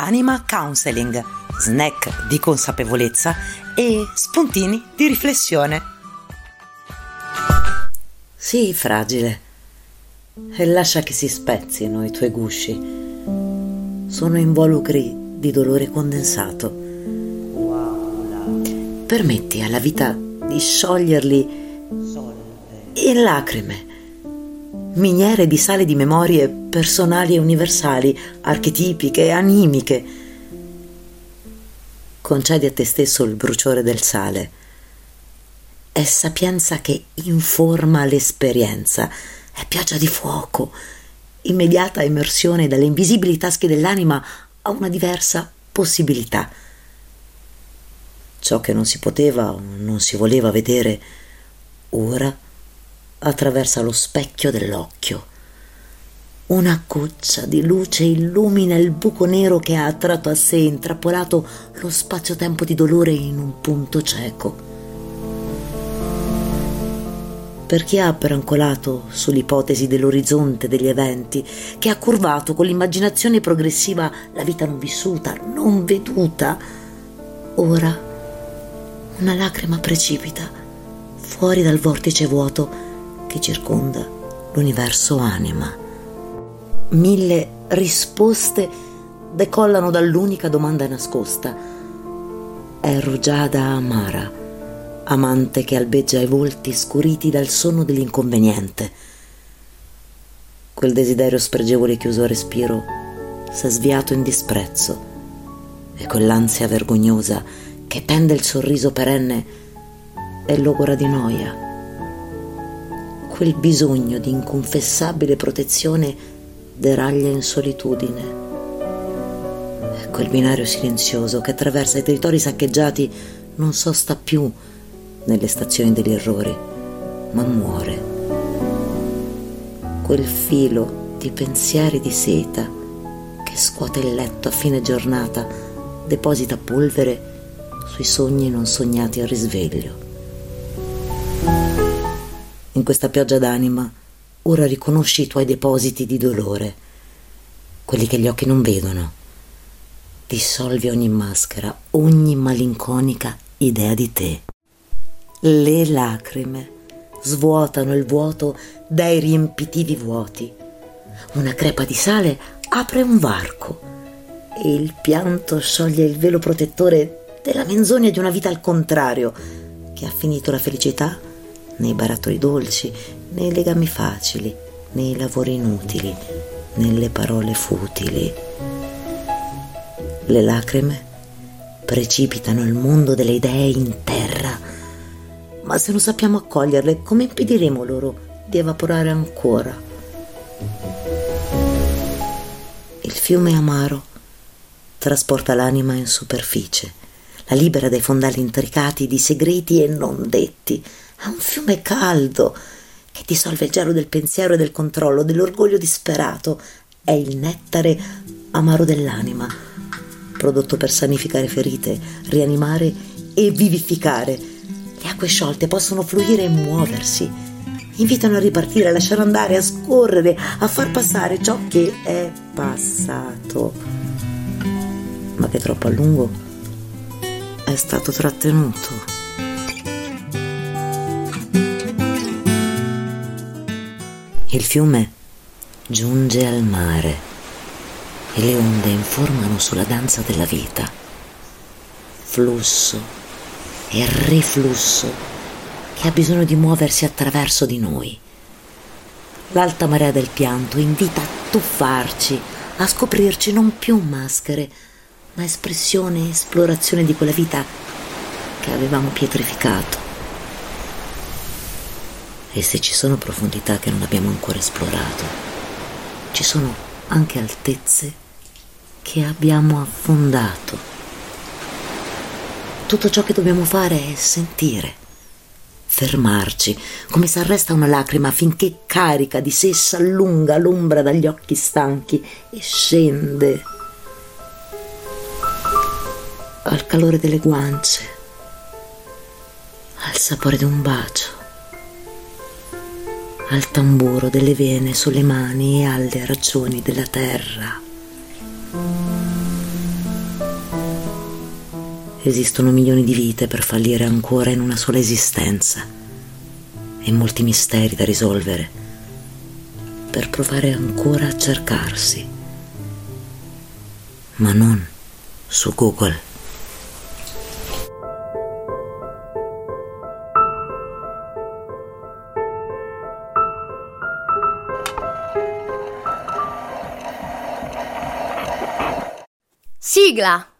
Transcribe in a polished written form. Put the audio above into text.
Anima Counseling, snack di consapevolezza e spuntini di riflessione. Sii fragile e lascia che si spezzino i tuoi gusci. Sono involucri di dolore condensato. Permetti alla vita di scioglierli in lacrime, miniere di sale di memorie personali e universali, archetipiche e animiche. Concedi a te stesso il bruciore del sale. È sapienza che informa l'esperienza, è pioggia di fuoco, immediata immersione dalle invisibili tasche dell'anima a una diversa possibilità. Ciò che non si poteva o non si voleva vedere, ora attraversa lo specchio dell'occhio. Una goccia di luce illumina il buco nero che ha attratto a sé, intrappolato lo spazio-tempo di dolore in un punto cieco. Per chi ha brancolato sull'ipotesi dell'orizzonte degli eventi, che ha curvato con l'immaginazione progressiva la vita non vissuta, non veduta, ora una lacrima precipita fuori dal vortice vuoto che circonda l'universo anima. 1000 risposte decollano dall'unica domanda nascosta. È Rugiada Amara, amante che albeggia i volti scuriti dal sonno dell'inconveniente. Quel desiderio spregevole chiuso a respiro s'è sviato in disprezzo, e quell'ansia vergognosa che pende il sorriso perenne è logora di noia. Quel bisogno di inconfessabile protezione deraglia in solitudine. E quel binario silenzioso che attraversa i territori saccheggiati non sosta più nelle stazioni degli errori, ma muore. Quel filo di pensieri di seta che scuote il letto a fine giornata deposita polvere sui sogni non sognati al risveglio. In questa pioggia d'anima, ora riconosci i tuoi depositi di dolore, quelli che gli occhi non vedono. Dissolvi ogni maschera, ogni malinconica idea di te. Le lacrime svuotano il vuoto dai riempitivi vuoti. Una crepa di sale apre un varco e il pianto scioglie il velo protettore della menzogna di una vita al contrario, che ha finito la felicità nei barattoli dolci, nei legami facili, nei lavori inutili, nelle parole futili. Le lacrime precipitano il mondo delle idee in terra, ma se non sappiamo accoglierle, come impediremo loro di evaporare ancora? Il fiume amaro trasporta l'anima in superficie, la libera dai fondali intricati di segreti e non detti. È un fiume caldo che dissolve il gelo del pensiero e del controllo, dell'orgoglio disperato. È il nettare amaro dell'anima, prodotto per sanificare ferite, rianimare e vivificare. Le acque sciolte possono fluire e muoversi, invitano a ripartire, a lasciare andare, a scorrere, a far passare ciò che è passato, ma che troppo a lungo è stato trattenuto. Il fiume giunge al mare e le onde informano sulla danza della vita. Flusso e riflusso che ha bisogno di muoversi attraverso di noi. L'alta marea del pianto invita a tuffarci, a scoprirci non più maschere, ma espressione e esplorazione di quella vita che avevamo pietrificato. E se ci sono profondità che non abbiamo ancora esplorato, ci sono anche altezze che abbiamo affondato. Tutto ciò che dobbiamo fare è sentire, fermarci, come se arresta una lacrima finché carica di sé s'allunga l'ombra dagli occhi stanchi e scende al calore delle guance, al sapore di un bacio, al tamburo delle vene sulle mani e alle ragioni della terra. Esistono milioni di vite per fallire ancora in una sola esistenza e molti misteri da risolvere per provare ancora a cercarsi, ma non su Google. Sigla!